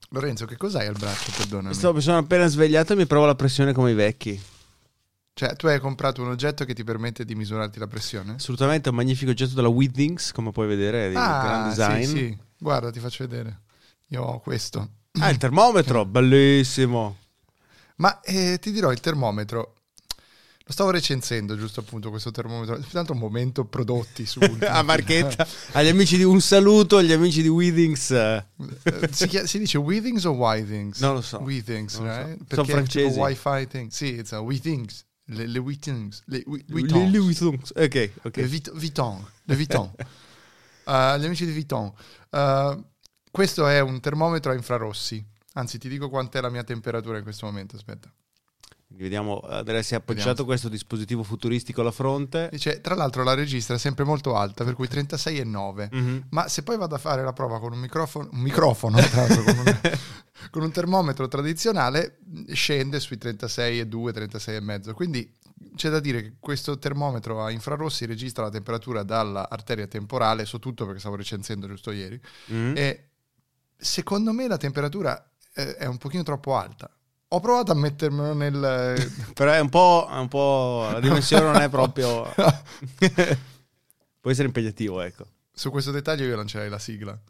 Lorenzo, che cos'hai al braccio? Perdonami. Mi sono appena svegliato e mi provo la pressione come i vecchi. Cioè, tu hai comprato un oggetto che ti permette di misurarti la pressione? Assolutamente, è un magnifico oggetto della Withings, come puoi vedere, di gran design. Sì. Guarda, ti faccio vedere. Io ho questo. Il termometro, bellissimo. Ma ti dirò, il termometro... Lo stavo recensendo, giusto appunto, questo termometro. Tanto un momento prodotti su... A marchetta. Agli amici un saluto agli amici di Withings. Si dice Withings o Withings? Non lo so. Withings, Non lo so. right? Sono francesi. Tipo Wi-Fi thing. Sì, it's a Withings. Le Withings. Le Withings. Ok. Le Vuitton. Le Vuitton. Gli amici di Vuitton. Questo è un termometro a infrarossi. Anzi, ti dico quant'è la mia temperatura in questo momento. Aspetta. Vediamo, si è appoggiato questo dispositivo futuristico alla fronte. Dice, tra l'altro la registra è sempre molto alta, per cui 36,9. Mm-hmm. Ma se poi vado a fare la prova con un microfono tra l'altro, con un termometro tradizionale, scende sui 36,2, 36,5. Quindi c'è da dire che questo termometro a infrarossi registra la temperatura dall'arteria temporale, so tutto perché stavo recensendo giusto ieri, e secondo me la temperatura è un pochino troppo alta. Ho provato a mettermelo nel... Però è un po'... La dimensione non è proprio... Può essere impegnativo, ecco. Su questo dettaglio io lancerei la sigla.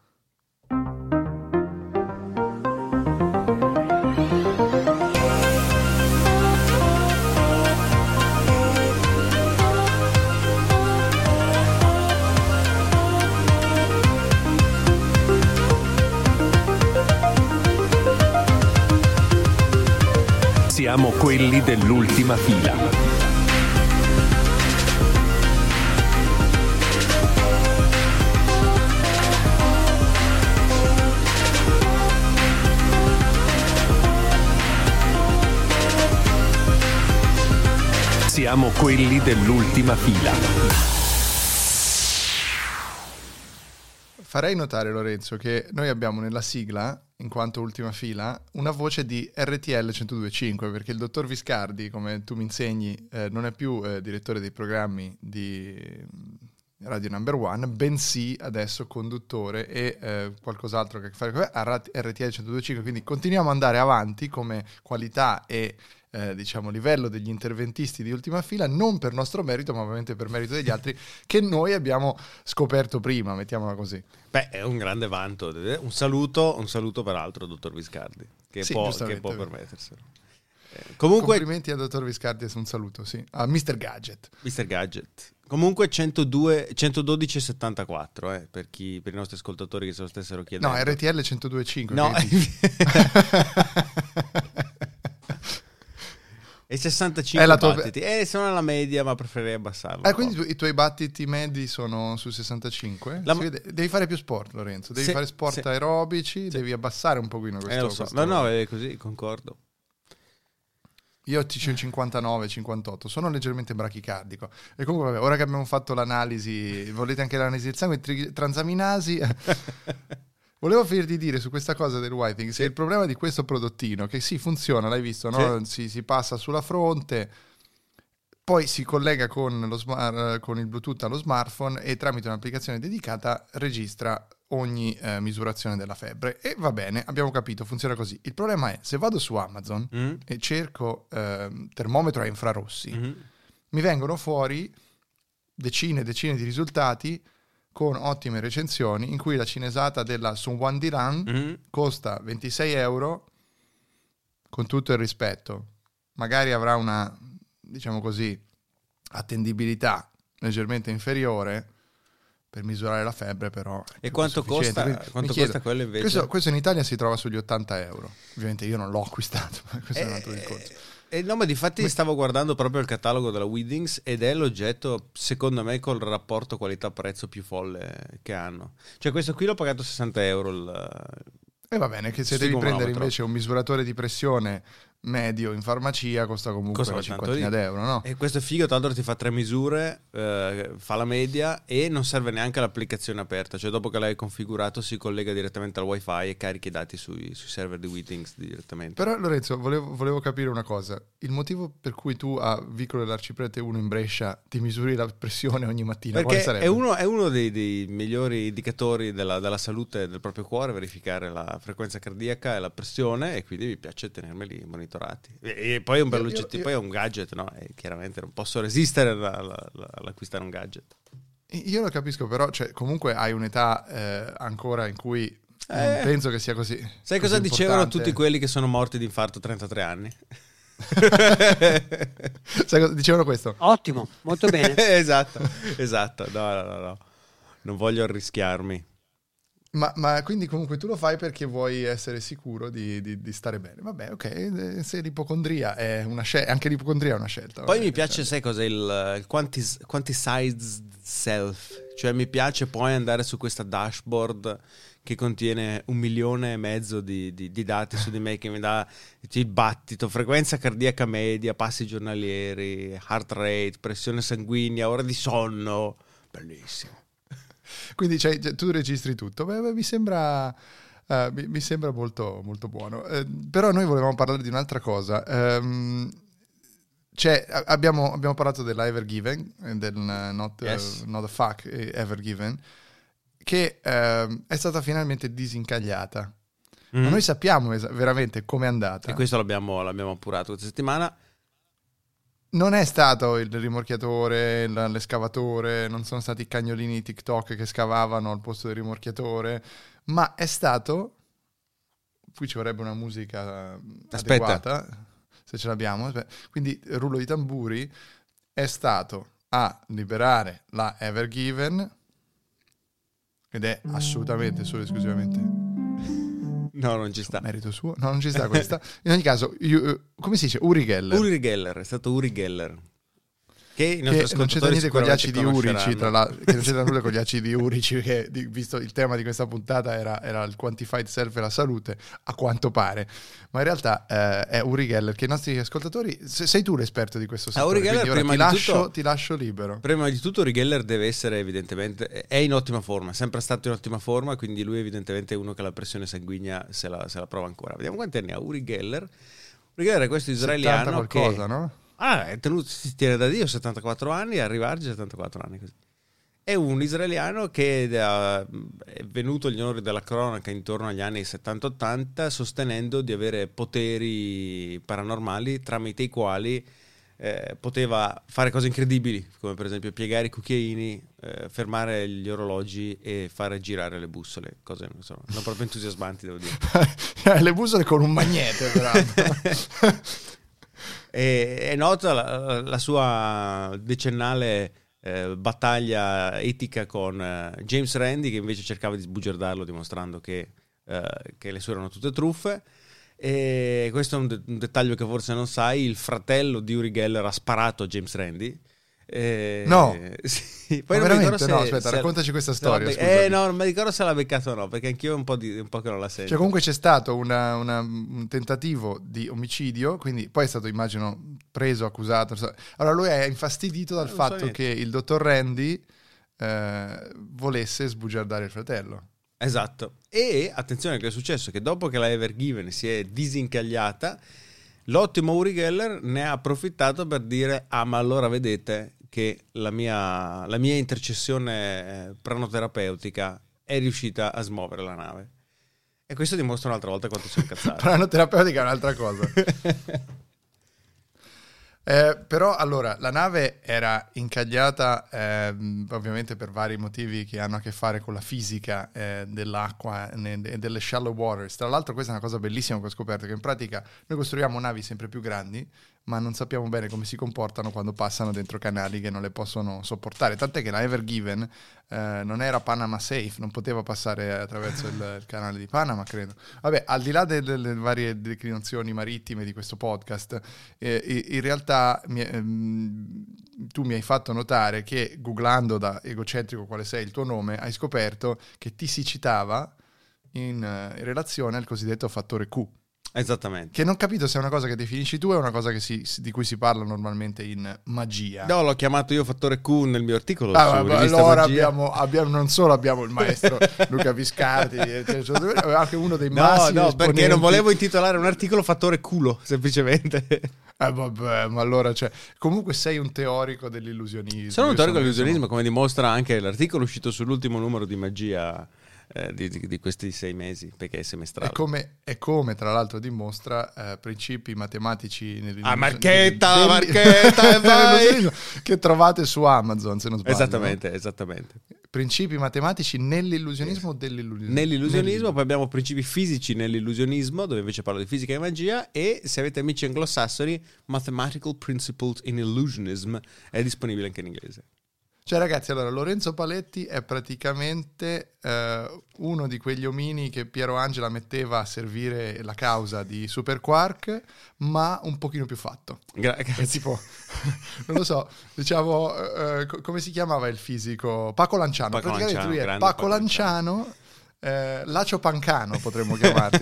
Siamo quelli dell'ultima fila. Siamo quelli dell'ultima fila. Farei notare, Lorenzo, che noi abbiamo nella sigla, in quanto ultima fila, una voce di RTL 102.5, perché il dottor Viscardi, come tu mi insegni, non è più direttore dei programmi di Radio Number One, bensì adesso conduttore e qualcos'altro che ha a che fare con RTL 102.5, quindi continuiamo ad andare avanti come qualità e diciamo livello degli interventisti di ultima fila, non per nostro merito ma ovviamente per merito degli altri che noi abbiamo scoperto prima, mettiamola così. Beh, è un grande vanto. Un saluto peraltro al dottor Viscardi che sì, può permetterselo. Comunque, complimenti al dottor Viscardi e un saluto, sì, a Mr. Gadget. Mr. Gadget. Comunque 112,74 per i nostri ascoltatori che se lo stessero chiedendo. No, RTL 102.5. No. E 65 battiti. Sono alla media, ma preferirei abbassarlo. Quindi i tuoi battiti medi sono su 65? Devi fare più sport, Lorenzo. Devi fare sport aerobici, devi abbassare un pochino questo. Lo so. No, è così, concordo. Io ho 59, 58, sono leggermente brachicardico. E comunque, vabbè, ora che abbiamo fatto l'analisi, volete anche l'analisi del sangue, transaminasi... Volevo finire di dire su questa cosa del Whiting, se il problema di questo prodottino, che sì, funziona, l'hai visto, no? Si passa sulla fronte, poi si collega con il Bluetooth allo smartphone e tramite un'applicazione dedicata registra ogni misurazione della febbre. E va bene, abbiamo capito, funziona così. Il problema è, se vado su Amazon e cerco termometro a infrarossi, mi vengono fuori decine e decine di risultati con ottime recensioni, in cui la cinesata della Sunwan Diran costa 26 euro, con tutto il rispetto. Magari avrà una, diciamo così, attendibilità leggermente inferiore per misurare la febbre, però... E quanto costa quello invece? Questo in Italia si trova sugli 80 euro. Ovviamente io non l'ho acquistato, ma questo è un altro discorso. No, ma difatti stavo guardando proprio il catalogo della Withings ed è l'oggetto, secondo me, col rapporto qualità-prezzo più folle che hanno. Cioè questo qui l'ho pagato 60 euro. E va bene, che se devi prendere invece un misuratore di pressione medio in farmacia costa comunque una cinquantina d'euro, no? E questo è figo, tra l'altro ti fa 3 misure, fa la media e non serve neanche l'applicazione aperta, cioè dopo che l'hai configurato si collega direttamente al wifi e carichi i dati sui server di Withings direttamente. Però Lorenzo, volevo capire una cosa, il motivo per cui tu a Vicolo dell'Arciprete 1 in Brescia ti misuri la pressione ogni mattina, perché quale sarebbe? è uno dei migliori indicatori della salute del proprio cuore, verificare la frequenza cardiaca e la pressione, e quindi mi piace tenermeli monitorati. E poi è un bell'oggettivo, poi è un gadget, no? E chiaramente non posso resistere all'acquistare un gadget. Io lo capisco, però cioè, comunque hai un'età ancora in cui non penso che sia così. Sai cosa dicevano tutti quelli che sono morti di infarto a 33 anni? Sai cosa dicevano questo? Ottimo, molto bene. esatto. No. Non voglio arrischiarmi. Ma quindi comunque tu lo fai perché vuoi essere sicuro di stare bene. Vabbè, ok, se l'ipocondria è una scelta, anche l'ipocondria è una scelta. Poi mi piace, sai cos'è il quantized self, cioè mi piace poi andare su questa dashboard che contiene 1,5 milioni di dati su di me, che mi dà il battito, frequenza cardiaca media, passi giornalieri, heart rate, pressione sanguigna, ora di sonno. Bellissimo. Quindi cioè, tu registri tutto. Beh, mi sembra molto, molto buono. Però noi volevamo parlare di un'altra cosa. Abbiamo parlato della Ever Given, del not a fuck Ever Given, che è stata finalmente disincagliata. Ma noi sappiamo veramente com'è andata. E questo l'abbiamo appurato questa settimana. Non è stato il rimorchiatore, l'escavatore, non sono stati i cagnolini TikTok che scavavano al posto del rimorchiatore, ma è stato, qui ci vorrebbe una musica adeguata, se ce l'abbiamo, quindi rullo di tamburi, è stato a liberare la Ever Given, ed è assolutamente solo esclusivamente... No, non ci sta. Merito suo? No, non ci sta questa. In ogni caso, come si dice? Uri Geller. È stato Uri Geller. Che i nostri non c'entra niente con gli acidi urici, che non c'entra nulla con gli acidi urici, che visto il tema di questa puntata era il quantified self e la salute, a quanto pare. Ma in realtà è Uri Geller, che i nostri ascoltatori, sei tu l'esperto di questo settore, Uri Geller, ti lascio libero. Prima di tutto Uri Geller deve essere evidentemente, è in ottima forma, è sempre stato in ottima forma, quindi lui evidentemente è uno che la pressione sanguigna se la prova ancora. Vediamo quanti anni ha Uri Geller. Uri Geller è questo israeliano qualcosa, no? Si tiene da Dio, 74 anni, arrivarci 74 anni così. È un israeliano che è venuto agli onori della cronaca intorno agli anni 70-80 sostenendo di avere poteri paranormali tramite i quali poteva fare cose incredibili, come per esempio piegare i cucchiaini, fermare gli orologi e fare girare le bussole, cose non proprio entusiasmanti, devo dire. Le bussole con un magnete, peraltro. È nota la sua decennale battaglia etica con James Randi, che invece cercava di sbugiardarlo dimostrando che le sue erano tutte truffe. E questo è un dettaglio che forse non sai: il fratello di Uri Geller ha sparato a James Randi. No, sì. Poi non veramente no, aspetta, raccontaci questa storia. No, non mi ricordo se l'ha beccato o no, perché anch'io un po' che non la sento. Cioè, comunque c'è stato un tentativo di omicidio, quindi poi è stato, immagino, preso, accusato. Allora lui è infastidito dal fatto che il dottor Randy volesse sbugiardare il fratello. Esatto. E attenzione, che è successo che dopo che la Ever Given si è disincagliata, l'ottimo Uri Geller ne ha approfittato per dire: ma allora vedete che la mia intercessione pranoterapeutica è riuscita a smuovere la nave. E questo dimostra un'altra volta quanto sono incazzato. Pranoterapeutica è un'altra cosa. Però allora la nave era incagliata ovviamente per vari motivi che hanno a che fare con la fisica dell'acqua e delle shallow waters. Tra l'altro questa è una cosa bellissima che ho scoperto, che in pratica noi costruiamo navi sempre più grandi, ma non sappiamo bene come si comportano quando passano dentro canali che non le possono sopportare, tant'è che la Ever Given non era Panama safe, non poteva passare attraverso il canale di Panama, credo. Vabbè, al di là delle varie declinazioni marittime di questo podcast, in realtà tu mi hai fatto notare che, googlando da egocentrico quale sei il tuo nome, hai scoperto che ti si citava in relazione al cosiddetto fattore Q. Esattamente. Che non capito se è una cosa che definisci tu o è una cosa che di cui si parla normalmente in magia. No, l'ho chiamato io fattore Q nel mio articolo. Allora abbiamo non solo abbiamo il maestro Luca Viscardi, anche uno dei massimi No, esponenti. perché non volevo intitolare un articolo fattore culo, semplicemente. Vabbè, ma allora comunque sei un teorico dell'illusionismo. Sono un teorico dell'illusionismo, come dimostra anche l'articolo uscito sull'ultimo numero di Magia di questi 6 mesi, perché è semestrale. È come tra l'altro dimostra principi matematici Marchetta, vai! Che trovate su Amazon, se non sbaglio. Esattamente. Principi matematici nell'illusionismo o dell'illusionismo? Nell'illusionismo, poi abbiamo principi fisici nell'illusionismo, dove invece parlo di fisica e magia, e se avete amici anglosassoni, Mathematical Principles in Illusionism è disponibile anche in inglese. Cioè ragazzi, allora Lorenzo Paletti è praticamente uno di quegli omini che Piero Angela metteva a servire la causa di Super Quark, ma un pochino più fatto. Grazie. Tipo, non lo so, diciamo, come si chiamava il fisico? Paco Lanciano. Praticamente lui è Paco Lanciano, Lacio Pancano potremmo chiamarti.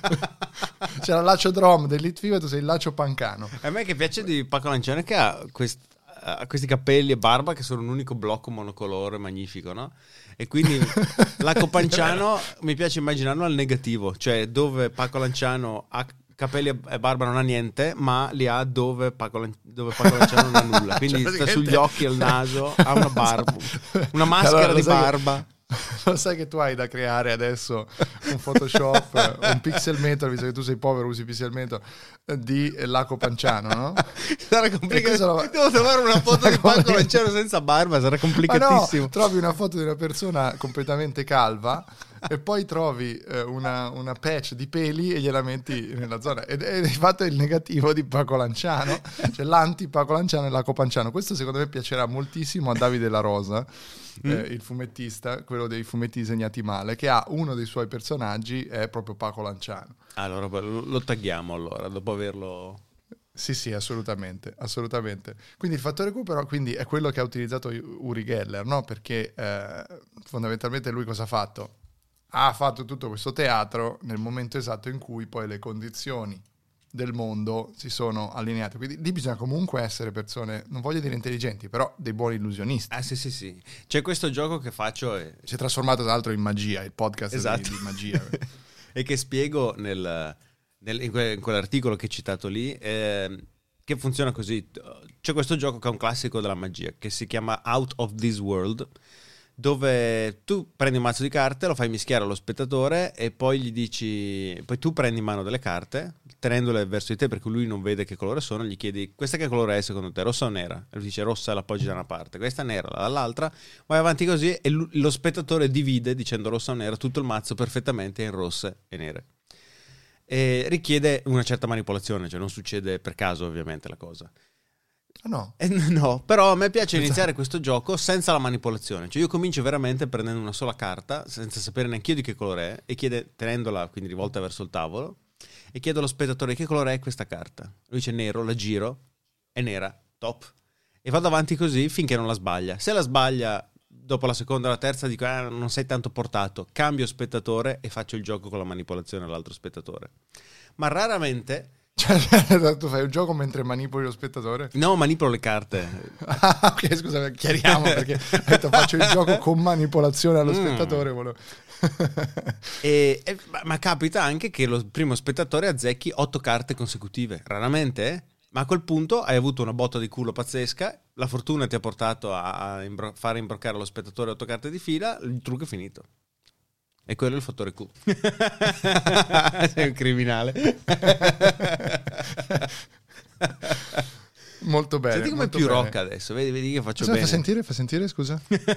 C'era Lacio Drom dell'Itfiba, tu sei il Lacio Pancano. A me che piace di Paco Lanciano è che ha questi capelli e barba che sono un unico blocco monocolore magnifico, no? E quindi Laco Panciano mi piace immaginarlo al negativo, cioè dove Paco Lanciano ha capelli e barba non ha niente, ma li ha dove Paco Lanciano non ha nulla, quindi sta sugli occhi e al naso, ha una barba, una maschera allora, di barba. Lo sai che tu hai da creare adesso un Photoshop, un Pixelmator, visto che tu sei povero, usi Pixelmator, di Laco Panciano, no? Sarà complicato. Devo trovare una foto di Paco Lanciano senza barba, sarà complicatissimo. Ma no, trovi una foto di una persona completamente calva e poi trovi una patch di peli e gliela metti nella zona. Ed è di fatto il negativo di Paco Lanciano, cioè l'anti-Paco Lanciano e Laco Panciano. Questo secondo me piacerà moltissimo a Davide La Rosa, il fumettista, quello dei fumetti disegnati male, che ha uno dei suoi personaggi è proprio Paco Lanciano. Allora lo tagghiamo allora, dopo averlo... Sì, assolutamente. Quindi il fattore Q però quindi è quello che ha utilizzato Uri Geller, no? Perché fondamentalmente lui cosa ha fatto? Ha fatto tutto questo teatro nel momento esatto in cui poi le condizioni del mondo si sono allineate. Quindi lì bisogna comunque essere persone, non voglio dire intelligenti, però dei buoni illusionisti. Sì. C'è questo gioco che faccio si è trasformato tra l'altro in magia, il podcast esatto. di magia. E che spiego in quell'articolo che hai citato lì, che funziona così. C'è questo gioco che è un classico della magia, che si chiama Out of This World, dove tu prendi un mazzo di carte, lo fai mischiare allo spettatore e poi gli dici, poi tu prendi in mano delle carte tenendole verso di te perché lui non vede che colore sono, gli chiedi questa che colore è secondo te, rossa o nera? E lui dice rossa, l'appoggi da una parte, questa nera dall'altra, vai avanti così e lo spettatore divide dicendo rossa o nera tutto il mazzo perfettamente in rosse e nere. E richiede una certa manipolazione, cioè non succede per caso ovviamente la cosa. No. No, però a me piace iniziare questo gioco senza la manipolazione, cioè io comincio veramente prendendo una sola carta senza sapere neanche io di che colore è e tenendola quindi rivolta verso il tavolo e chiedo allo spettatore che colore è questa carta. Lui dice nero, la giro, è nera, top, e vado avanti così finché non la sbaglia. Se la sbaglia dopo la seconda o la terza dico non sei tanto portato, cambio spettatore e faccio il gioco con la manipolazione all'altro spettatore. Ma raramente... Cioè, tu fai un gioco mentre manipoli lo spettatore? No, manipolo le carte. Ok, scusa, chiariamo perché ho detto faccio il gioco con manipolazione allo spettatore. Ma capita anche che lo primo spettatore azzecchi 8 carte consecutive, raramente, ma a quel punto hai avuto una botta di culo pazzesca, la fortuna ti ha portato a fare imbroccare lo spettatore 8 carte di fila, il trucco è finito. E quello è il fattore Q. Sei un criminale. Molto bene. Senti come più rock adesso, vedi che faccio bene. Fa sentire, scusa.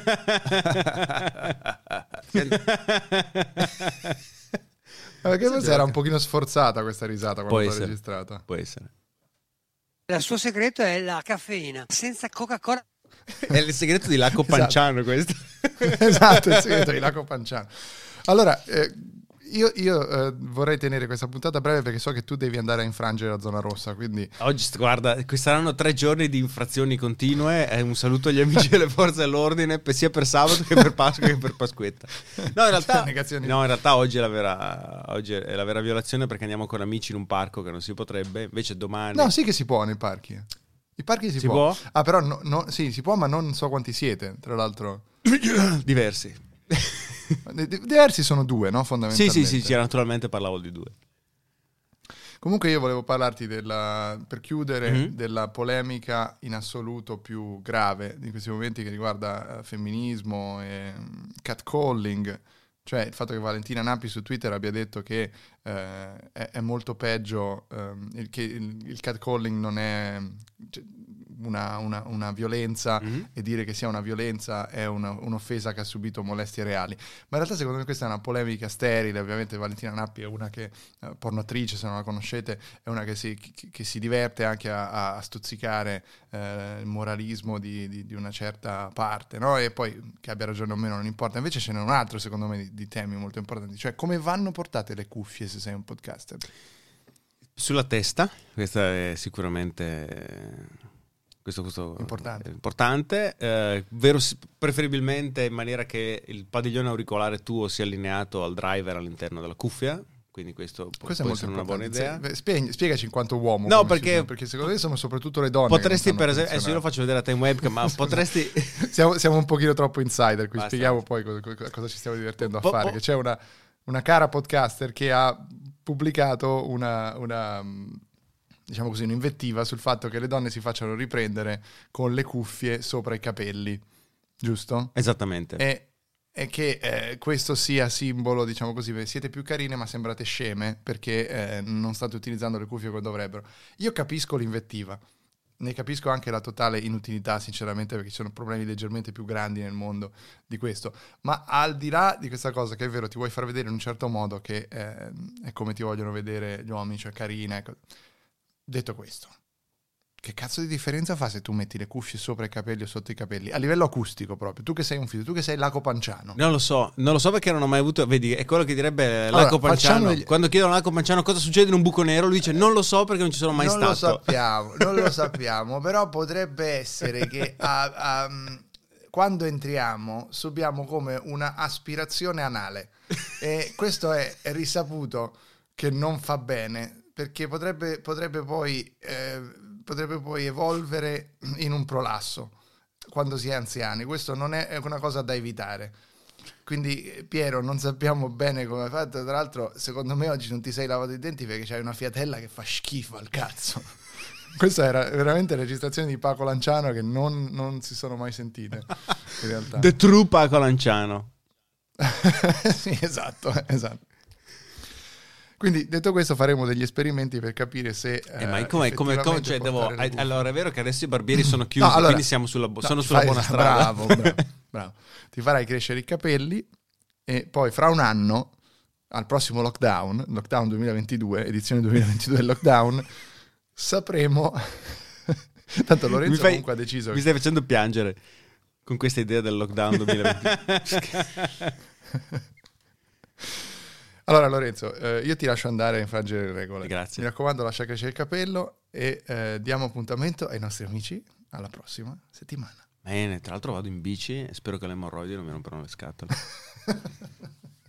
Perché forse era un pochino sforzata questa risata quando l'ho registrata. Può essere. Il suo segreto è la caffeina, senza Coca-Cola. È il segreto di Laco Panciano, questo. Esatto, il segreto di Laco Panciano. Allora, Io vorrei tenere questa puntata breve perché so che tu devi andare a infrangere la zona rossa, quindi Oggi, guarda, saranno 3 giorni di infrazioni continue. Un saluto agli amici delle forze dell'ordine, sia per sabato che per Pasqua che per Pasquetta. No, in realtà oggi è la vera violazione, perché andiamo con amici in un parco che non si potrebbe. Invece domani... No, sì che si può nei parchi. I parchi si può. Ah, però sì, si può, ma non so quanti siete, tra l'altro. Diversi. Diversi sono 2, no? Fondamentalmente. Sì, naturalmente parlavo di 2. Comunque io volevo parlarti per chiudere, della polemica in assoluto più grave di questi momenti, che riguarda femminismo e catcalling, cioè il fatto che Valentina Nappi su Twitter abbia detto che è molto peggio, che il catcalling non è una violenza, e dire che sia una violenza è un'offesa che ha subito molestie reali. Ma in realtà secondo me questa è una polemica sterile. Ovviamente Valentina Nappi è una che pornoattrice, se non la conoscete, è una che si diverte anche a stuzzicare il moralismo di una certa parte, no? E poi che abbia ragione o meno non importa. Invece ce n'è un altro secondo me di temi molto importanti, cioè come vanno portate le cuffie se sei un podcaster. Sulla testa, questa è sicuramente... Questo importante, preferibilmente in maniera che il padiglione auricolare tuo sia allineato al driver all'interno della cuffia, quindi questo può essere una buona idea. Spiegaci in quanto uomo. No, perché secondo me sono soprattutto le donne. Potresti, per esempio, adesso io lo faccio vedere a te in webcam, ma potresti... siamo un pochino troppo insider, qui spieghiamo poi cosa ci stiamo divertendo a fare, che c'è una cara podcaster che ha pubblicato una diciamo così, un'invettiva sul fatto che le donne si facciano riprendere con le cuffie sopra i capelli, giusto? Esattamente. E che questo sia simbolo, diciamo così, siete più carine ma sembrate sceme perché non state utilizzando le cuffie come dovrebbero. Io capisco l'invettiva, ne capisco anche la totale inutilità, sinceramente, perché ci sono problemi leggermente più grandi nel mondo di questo. Ma al di là di questa cosa, che è vero, ti vuoi far vedere in un certo modo, che è come ti vogliono vedere gli uomini, cioè carina, ecco. Detto questo, che cazzo di differenza fa se tu metti le cuffie sopra i capelli o sotto i capelli? A livello acustico proprio, tu che sei un figlio, tu che sei Laco Panciano. Non lo so perché non ho mai avuto, vedi, è quello che direbbe Laco Panciano. Quando chiedono a Laco Panciano cosa succede in un buco nero, lui dice non lo so perché non ci sono mai stato. Non lo sappiamo, però potrebbe essere che quando entriamo subiamo come una aspirazione anale e questo è risaputo che non fa bene, perché potrebbe poi evolvere in un prolasso quando si è anziani. Questo non è una cosa da evitare. Quindi Piero, non sappiamo bene come hai fatto. Tra l'altro secondo me oggi non ti sei lavato i denti perché c'hai una fiatella che fa schifo al cazzo. Questa era veramente registrazione di Paco Lanciano che non si sono mai sentite in realtà. The true Paco Lanciano. Sì, esatto. Quindi detto questo faremo degli esperimenti per capire se ma come cioè allora è vero che adesso i barbieri sono chiusi, quindi siamo sulla buona strada. Bravo. Ti farai crescere i capelli e poi fra un anno, al prossimo lockdown 2022, edizione 2022 del lockdown, sapremo. Tanto Lorenzo comunque ha deciso. Mi stai facendo piangere con questa idea del lockdown 2022. Allora Lorenzo, io ti lascio andare a infrangere le regole. Grazie. Mi raccomando, lascia crescere il capello e diamo appuntamento ai nostri amici alla prossima settimana. Bene, tra l'altro vado in bici e spero che le emorroidi non mi rompano le scatole.